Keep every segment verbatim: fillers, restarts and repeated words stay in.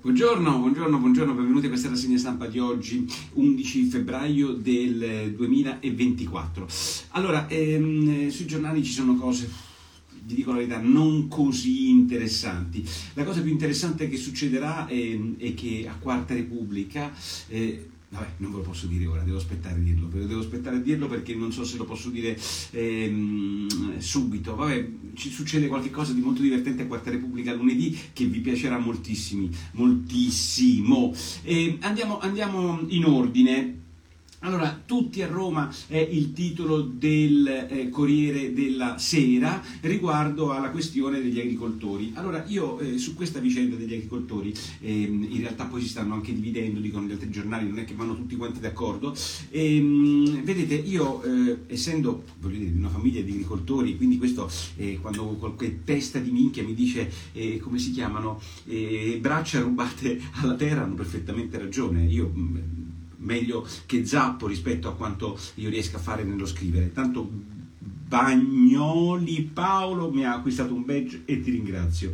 Buongiorno, buongiorno, buongiorno, benvenuti a questa rassegna stampa di oggi, undici febbraio del duemilaventiquattro. Allora, ehm, sui giornali ci sono cose, vi dico la verità, non così interessanti. La cosa più interessante che succederà è, è che a Quarta Repubblica... Eh, Vabbè, non ve lo posso dire ora, devo aspettare a dirlo, devo aspettare a dirlo perché non so se lo posso dire ehm, subito. Vabbè, ci succede qualche cosa di molto divertente a Quarta Repubblica lunedì che vi piacerà moltissimi, moltissimo. E andiamo, andiamo in ordine. Allora, tutti a Roma è il titolo del eh, Corriere della Sera riguardo alla questione degli agricoltori. Allora, io eh, su questa vicenda degli agricoltori, eh, in realtà poi si stanno anche dividendo, dicono gli altri giornali, non è che vanno tutti quanti d'accordo. E, vedete, io eh, essendo, voglio dire, di una famiglia di agricoltori, quindi questo, eh, quando qualche testa di minchia mi dice, eh, come si chiamano, eh, braccia rubate alla terra, hanno perfettamente ragione. Io... meglio che zappo rispetto a quanto io riesca a fare nello scrivere. Tanto Bagnoli Paolo mi ha acquistato un badge e ti ringrazio.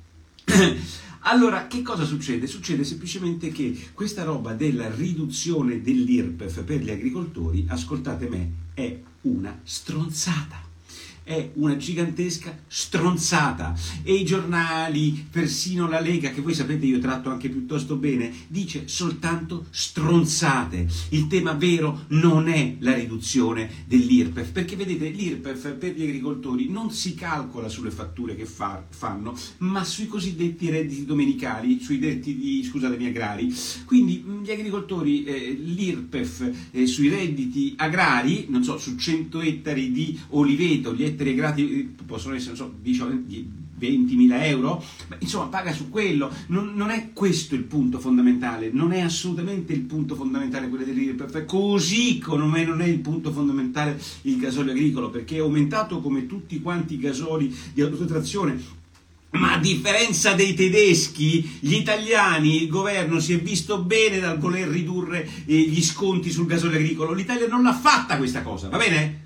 Allora, che cosa succede? Succede semplicemente che questa roba della riduzione dell'I R P E F per gli agricoltori, ascoltate me, è una stronzata. È una gigantesca stronzata e i giornali, persino la Lega, che voi sapete io tratto anche piuttosto bene, dice soltanto stronzate. Il tema vero non è la riduzione dell'I R P E F, perché vedete l'I R P E F per gli agricoltori non si calcola sulle fatture che fa, fanno, ma sui cosiddetti redditi domenicali, sui redditi, scusatemi, agrari. Quindi gli agricoltori, eh, l'I R P E F eh, sui redditi agrari, non so, su cento ettari di oliveto, gli ettari agrati possono essere, non so, ventimila euro, beh, insomma paga su quello. Non, non è questo il punto fondamentale, non è assolutamente il punto fondamentale quello dell'I R P E F, così come non è il punto fondamentale il gasolio agricolo, perché è aumentato come tutti quanti i gasoli di autotrazione. Ma a differenza dei tedeschi, gli italiani, il governo si è visto bene dal voler ridurre eh, gli sconti sul gasolio agricolo. L'Italia non l'ha fatta questa cosa, va bene?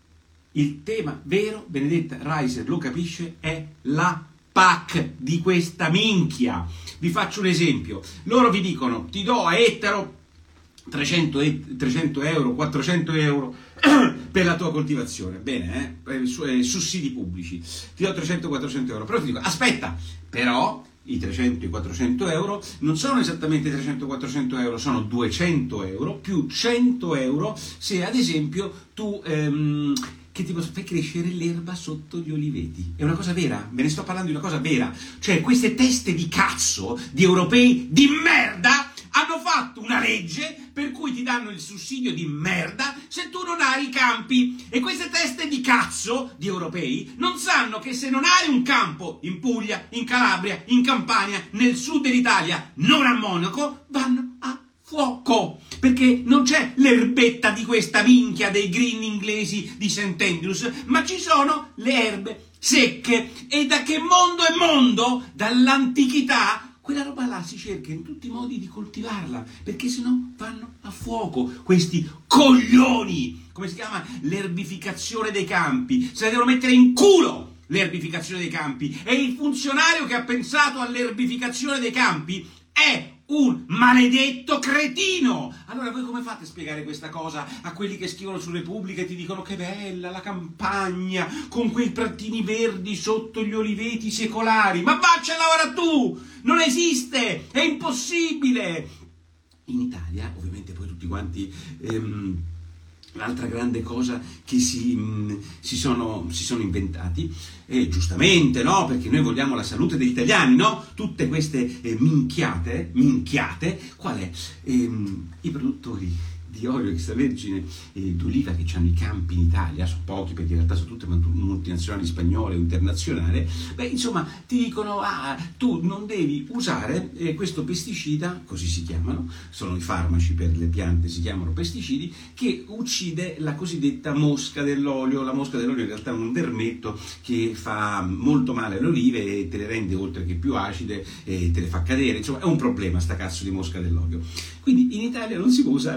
Il tema vero, Benedetta Reiser lo capisce, è la P A C di questa minchia. Vi faccio un esempio. Loro vi dicono, ti do a ettaro trecento euro, quattrocento euro per la tua coltivazione. Bene, eh? Sussidi pubblici. Ti do trecento quattrocento euro. Però ti dico, aspetta, però... i trecento e i quattrocento euro non sono esattamente trecento quattrocento euro, sono duecento euro più cento euro se ad esempio tu ehm, che tipo fai crescere l'erba sotto gli oliveti. È una cosa vera, ve ne sto parlando di una cosa vera. Cioè queste teste di cazzo di europei di merda hanno fatto una legge per cui ti danno il sussidio di merda se tu non hai i campi. E queste teste di cazzo di europei non sanno che se non hai un campo in Puglia, in Calabria, in Campania, nel sud dell'Italia, non a Monaco, vanno a fuoco. Perché non c'è l'erbetta di questa minchia dei green inglesi di Saint Andrews, ma ci sono le erbe secche. E da che mondo è mondo? Dall'antichità quella roba là si cerca in tutti i modi di coltivarla, perché sennò vanno a fuoco questi coglioni. Come si chiama? L'erbificazione dei campi. Se la devono mettere in culo l'erbificazione dei campi. E il funzionario che ha pensato all'erbificazione dei campi è un maledetto cretino. Allora voi come fate a spiegare questa cosa a quelli che scrivono su Repubblica e ti dicono che bella la campagna con quei prattini verdi sotto gli oliveti secolari? Ma vacci a lavorare tu! Non esiste! È impossibile! In Italia, ovviamente poi tutti quanti... Ehm, l'altra grande cosa che si, mh, si, sono, si sono inventati, e giustamente, no? Perché noi vogliamo la salute degli italiani, no? Tutte queste eh, minchiate, minchiate, qual è? Ehm, I produttori di olio extravergine e d'oliva che hanno i campi in Italia, sono pochi perché in realtà sono tutte multinazionali spagnole o internazionali, beh insomma ti dicono ah tu non devi usare eh, questo pesticida, così si chiamano, sono i farmaci per le piante, si chiamano pesticidi, che uccide la cosiddetta mosca dell'olio. La mosca dell'olio in realtà è un vermetto che fa molto male alle olive e te le rende oltre che più acide e te le fa cadere, insomma è un problema sta cazzo di mosca dell'olio. Quindi in Italia non si può usare questo pesticida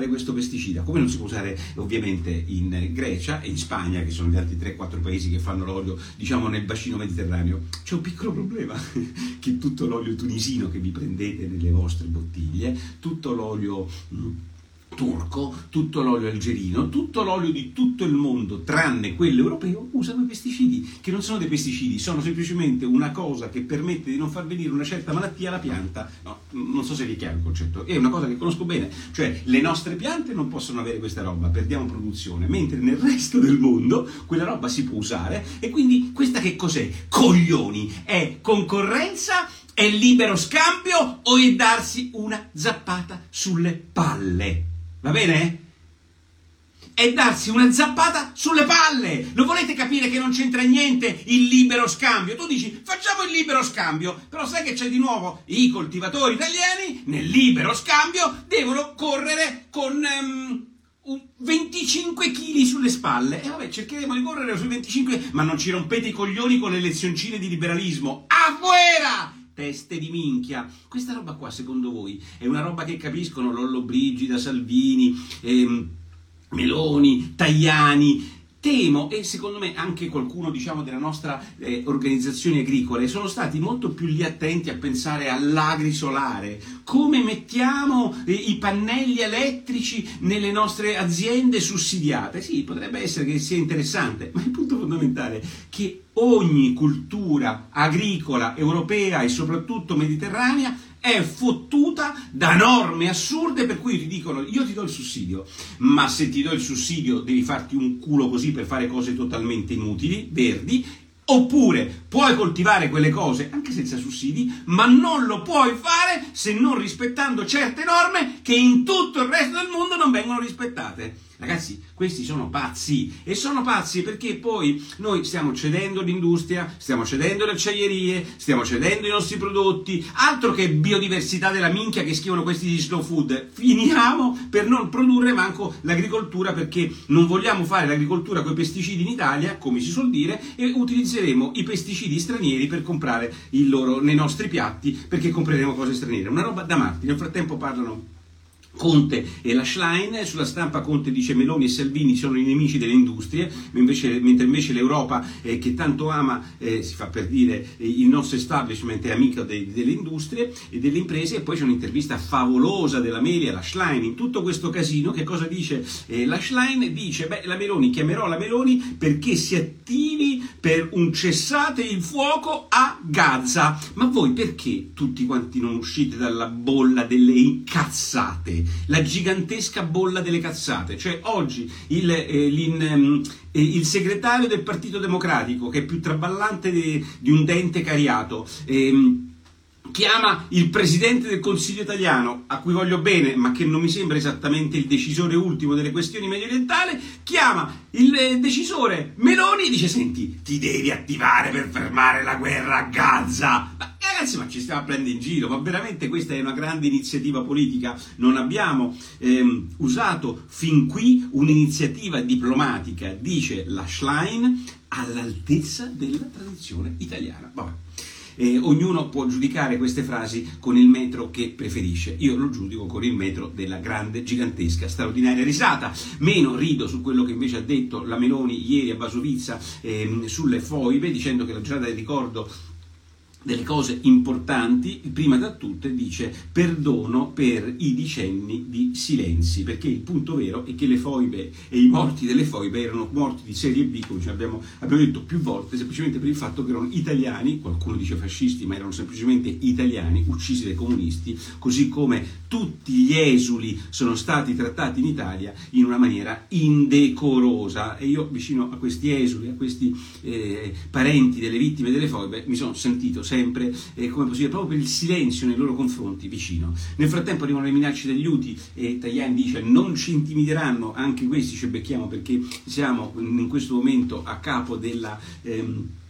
pesticida, come non si può usare ovviamente in Grecia e in Spagna, che sono gli altri tre quattro paesi che fanno l'olio, diciamo, nel bacino mediterraneo. C'è un piccolo problema, che tutto l'olio tunisino che vi prendete nelle vostre bottiglie, tutto l'olio mh, turco, tutto l'olio algerino, tutto l'olio di tutto il mondo, tranne quello europeo, usano i pesticidi, che non sono dei pesticidi, sono semplicemente una cosa che permette di non far venire una certa malattia alla pianta. No, non so se vi è chiaro il concetto, è una cosa che conosco bene, cioè le nostre piante non possono avere questa roba, perdiamo produzione, mentre nel resto del mondo quella roba si può usare, e quindi questa che cos'è? Coglioni! È concorrenza? È libero scambio o è darsi una zappata sulle palle? Va bene? È darsi una zappata sulle palle! Lo volete capire che non c'entra niente il libero scambio? Tu dici, facciamo il libero scambio, però sai che c'è di nuovo? I coltivatori italiani nel libero scambio devono correre con um, venticinque chili sulle spalle. E vabbè, cercheremo di correre sui venticinque, ma non ci rompete i coglioni con le lezioncine di liberalismo. Afuera! Teste di minchia. Questa roba qua, secondo voi, è una roba che capiscono Lollobrigida, Salvini, ehm, Meloni, Tajani? Temo, e secondo me anche qualcuno, diciamo, della nostra eh, organizzazioni agricole, sono stati molto più lì attenti a pensare all'agrisolare. Come mettiamo eh, i pannelli elettrici nelle nostre aziende sussidiate? Sì, potrebbe essere che sia interessante, ma il punto fondamentale è che ogni cultura agricola europea e soprattutto mediterranea è fottuta da norme assurde, per cui ti dicono: io ti do il sussidio, ma se ti do il sussidio devi farti un culo così per fare cose totalmente inutili, verdi, oppure puoi coltivare quelle cose anche senza sussidi, ma non lo puoi fare se non rispettando certe norme che in tutto il resto del mondo non vengono rispettate. Ragazzi, questi sono pazzi, e sono pazzi perché poi noi stiamo cedendo l'industria, stiamo cedendo le acciaierie, stiamo cedendo i nostri prodotti, altro che biodiversità della minchia che scrivono questi di slow food. Finiamo per non produrre manco l'agricoltura, perché non vogliamo fare l'agricoltura con i pesticidi in Italia, come si suol dire, e utilizzeremo i pesticidi stranieri per comprare il loro nei nostri piatti, perché compreremo cose straniere. Una roba da matti. Nel frattempo parlano Conte e la Schlein, sulla stampa Conte dice Meloni e Salvini sono i nemici delle industrie, invece, mentre invece l'Europa eh, che tanto ama, eh, si fa per dire, eh, il nostro establishment è amico de, delle industrie e delle imprese. E poi c'è un'intervista favolosa della Meli alla Schlein. In tutto questo casino che cosa dice eh, la Schlein? Dice, beh, la Meloni, chiamerò la Meloni perché si attivi per un cessate il fuoco a Gaza. Ma voi perché tutti quanti non uscite dalla bolla delle incazzate? La gigantesca bolla delle cazzate. Cioè oggi il, eh, l'in, eh, il segretario del Partito Democratico, che è più traballante di, di un dente cariato, ehm, chiama il Presidente del Consiglio italiano, a cui voglio bene, ma che non mi sembra esattamente il decisore ultimo delle questioni mediorientali, chiama il eh, decisore Meloni e dice: senti, ti devi attivare per fermare la guerra a Gaza. Ma ragazzi, ma ci stiamo a prendere in giro? Ma veramente questa è una grande iniziativa politica? Non abbiamo ehm, usato fin qui un'iniziativa diplomatica, dice la Schlein, all'altezza della tradizione italiana. Vabbè. Eh, ognuno può giudicare queste frasi con il metro che preferisce. Io lo giudico con il metro della grande, gigantesca, straordinaria risata. Meno rido su quello che invece ha detto la Meloni ieri a Basovizza ehm, sulle foibe, dicendo che la giornata del ricordo delle cose importanti, prima da tutte dice perdono per i decenni di silenzi, perché il punto vero è che le foibe e i morti delle foibe erano morti di serie B, come ci abbiamo, abbiamo detto più volte, semplicemente per il fatto che erano italiani, qualcuno dice fascisti, ma erano semplicemente italiani uccisi dai comunisti, così come tutti gli esuli sono stati trattati in Italia in una maniera indecorosa. E io vicino a questi esuli, a questi eh, parenti delle vittime delle foibe, mi sono sentito sempre sempre, eh, come possibile, proprio per il silenzio nei loro confronti vicino. Nel frattempo arrivano le minacce degli Houthi e Tajani dice non ci intimideranno, anche questi ci becchiamo perché siamo in questo momento a capo della... Ehm,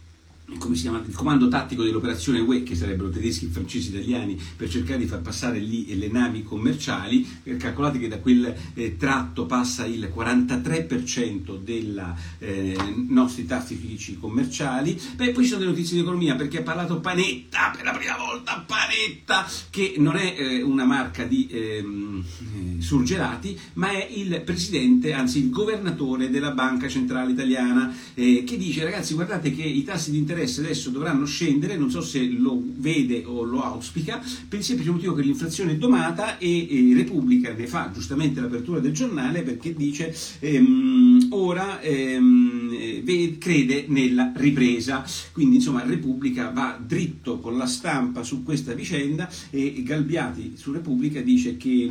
come si chiama, il comando tattico dell'operazione U E, che sarebbero tedeschi, francesi, italiani, per cercare di far passare lì le navi commerciali. Calcolate che da quel eh, tratto passa il quarantatré per cento dei eh, nostri traffici commerciali. Beh, poi ci sono delle notizie di economia, perché ha parlato Panetta per la prima volta, Panetta, che non è eh, una marca di ehm, eh, surgelati, ma è il presidente, anzi il governatore della Banca Centrale Italiana, eh, che dice: ragazzi, guardate che i tassi di interesse adesso dovranno scendere, non so se lo vede o lo auspica, per il semplice motivo che l'inflazione è domata, e, e Repubblica ne fa giustamente l'apertura del giornale, perché dice ehm, ora ehm, ved- crede nella ripresa. Quindi insomma Repubblica va dritto con la stampa su questa vicenda, e Galbiati su Repubblica dice che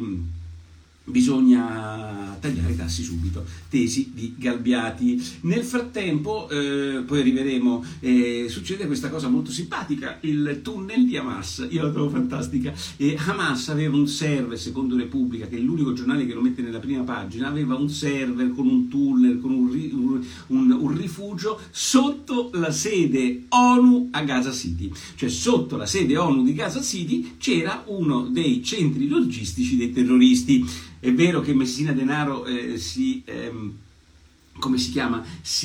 bisogna tagliare i tassi subito, tesi di Galbiati. Nel frattempo, eh, poi arriveremo, eh, succede questa cosa molto simpatica, il tunnel di Hamas, io la trovo fantastica. eh, Hamas aveva un server, secondo Repubblica, che è l'unico giornale che lo mette nella prima pagina, aveva un server con un tunnel, con un, ri, un, un, un rifugio sotto la sede ONU a Gaza City, cioè sotto la sede ONU di Gaza City c'era uno dei centri logistici dei terroristi. È vero che Messina Denaro eh, si... Ehm, come si chiama,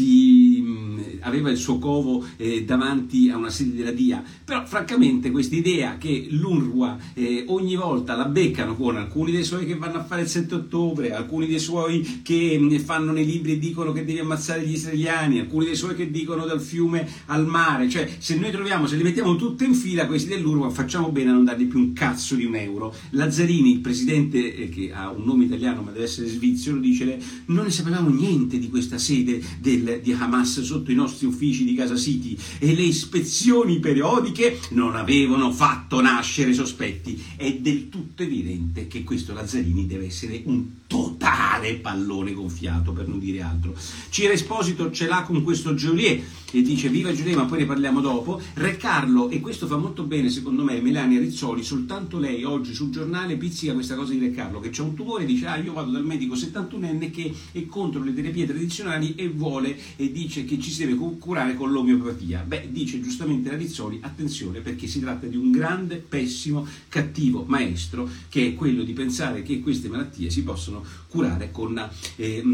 si mh, aveva il suo covo eh, davanti a una sede della D I A, però francamente questa idea che l'UNRWA eh, ogni volta la beccano con alcuni dei suoi che vanno a fare il sette ottobre, alcuni dei suoi che mh, fanno nei libri e dicono che devi ammazzare gli israeliani, alcuni dei suoi che dicono dal fiume al mare, cioè se noi troviamo, se li mettiamo tutte in fila questi dell'UNRWA, facciamo bene a non dargli più un cazzo di un euro. Lazzarini, il presidente, eh, che ha un nome italiano ma deve essere svizzero, dice: non ne sapevamo niente di questo questa sede del, di Hamas sotto i nostri uffici di Gaza City, e le ispezioni periodiche non avevano fatto nascere sospetti. È del tutto evidente che questo Lazzarini deve essere un totale pallone gonfiato, per non dire altro. Ciro Esposito ce l'ha con questo Geolier e dice: viva Geolier, ma poi ne parliamo dopo. Re Carlo, e questo fa molto bene secondo me Melania Rizzoli, soltanto lei oggi sul giornale pizzica questa cosa di Re Carlo, che c'è un tumore, dice: ah, io vado dal medico settantunenne che è contro le terapie tradizionali e vuole, e dice che ci si deve curare con l'omeopatia. Beh, dice giustamente la Rizzoli: attenzione, perché si tratta di un grande, pessimo, cattivo maestro, che è quello di pensare che queste malattie si possono curare con eh,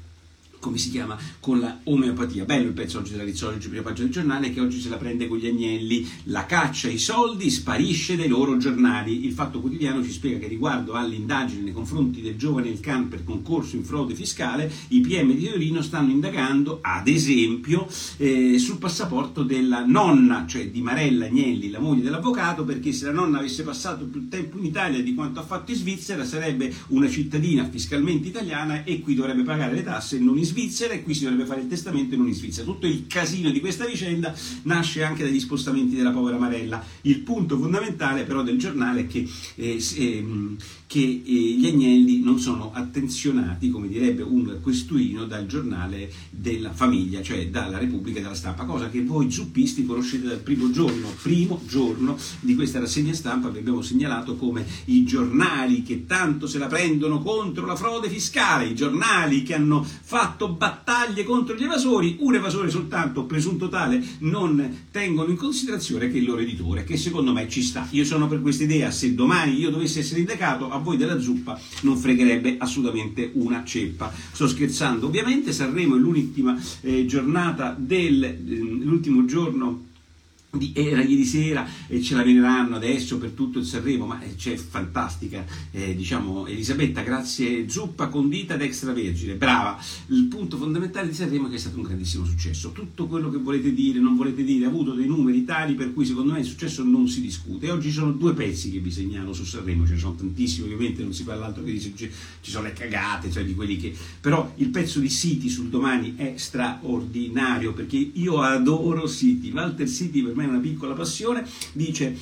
come si chiama, con la omeopatia. Bello il pezzo oggi della Rizzoli, prima pagina del giornale, che oggi se la prende con gli Agnelli. La caccia ai soldi sparisce dai loro giornali. Il Fatto Quotidiano ci spiega che riguardo all'indagine nei confronti del giovane Elkan per concorso in frode fiscale, i P M di Torino stanno indagando, ad esempio, eh, sul passaporto della nonna, cioè di Marella Agnelli, la moglie dell'avvocato, perché se la nonna avesse passato più tempo in Italia di quanto ha fatto in Svizzera sarebbe una cittadina fiscalmente italiana, e qui dovrebbe pagare le tasse non in Svizzera, e qui si dovrebbe fare il testamento e non in Svizzera. Tutto il casino di questa vicenda nasce anche dagli spostamenti della povera Marella. Il punto fondamentale però del giornale è che, eh, eh, che eh, gli Agnelli non sono attenzionati, come direbbe un questuino, dal giornale della famiglia, cioè dalla Repubblica e dalla Stampa, cosa che voi zuppisti conoscete dal primo giorno. Primo giorno di questa rassegna stampa vi abbiamo segnalato come i giornali che tanto se la prendono contro la frode fiscale, i giornali che hanno fatto battaglie contro gli evasori, un evasore soltanto, presunto tale, non tengono in considerazione che il loro editore, che secondo me ci sta. Io sono per questa idea: se domani io dovessi essere indagato, a voi della zuppa non fregherebbe assolutamente una ceppa. Sto scherzando, ovviamente. Sanremo è l'ultima eh, giornata del eh, l'ultimo giorno Di, era ieri sera, e ce la veneranno adesso per tutto il Sanremo, ma c'è fantastica, eh, diciamo, Elisabetta, grazie zuppa condita ed extravergine, brava. Il punto fondamentale di Sanremo è che è stato un grandissimo successo. Tutto quello che volete dire, non volete dire, ha avuto dei numeri tali per cui secondo me il successo non si discute. E oggi ci sono due pezzi che vi segnalo su Sanremo, ce ne sono tantissimi, ovviamente non si parla altro che di, ci sono le cagate, cioè di quelli che, però il pezzo di Siti sul Domani è straordinario, perché io adoro Siti. Walter Siti per me è una piccola passione. Dice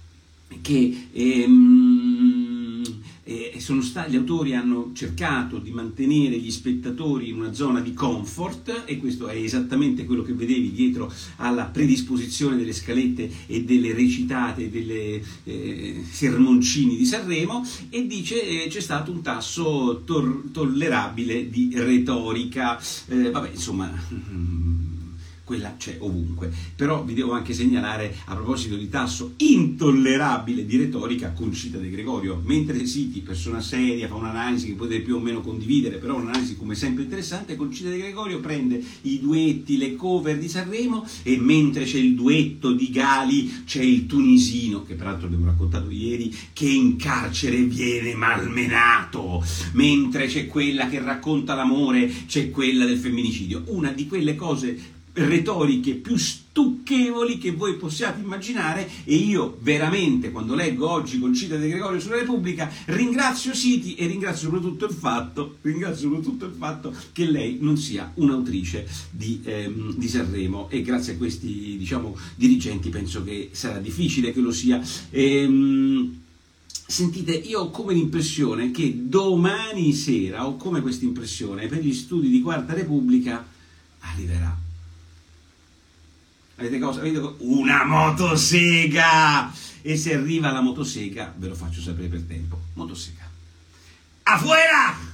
che ehm, eh, sono stati, gli autori hanno cercato di mantenere gli spettatori in una zona di comfort, e questo è esattamente quello che vedevi dietro alla predisposizione delle scalette e delle recitate, delle eh, sermoncini di Sanremo. E dice eh, c'è stato un tasso tor- tollerabile di retorica. Eh, vabbè, insomma, quella c'è ovunque. Però vi devo anche segnalare, a proposito di tasso intollerabile di retorica, Concita De Gregorio. Mentre Siti, persona seria, fa un'analisi che potete più o meno condividere, però un'analisi come sempre interessante, Concita De Gregorio prende i duetti, le cover di Sanremo, e mentre c'è il duetto di Gali c'è il tunisino, che peraltro abbiamo raccontato ieri, che in carcere viene malmenato, mentre c'è quella che racconta l'amore, c'è quella del femminicidio. Una di quelle cose retoriche più stucchevoli che voi possiate immaginare, e io veramente, quando leggo oggi Concita De Gregorio sulla Repubblica, ringrazio Siti e ringrazio soprattutto il fatto, ringrazio soprattutto il fatto che lei non sia un'autrice di, ehm, di Sanremo, e grazie a questi, diciamo, dirigenti penso che sarà difficile che lo sia. Ehm, Sentite, io ho come l'impressione che domani sera, ho come questa impressione, per gli studi di Quarta Repubblica arriverà. Avete cosa? Avete cosa? Una motosega! E se arriva la motosega ve lo faccio sapere per tempo. Motosega. Afuera!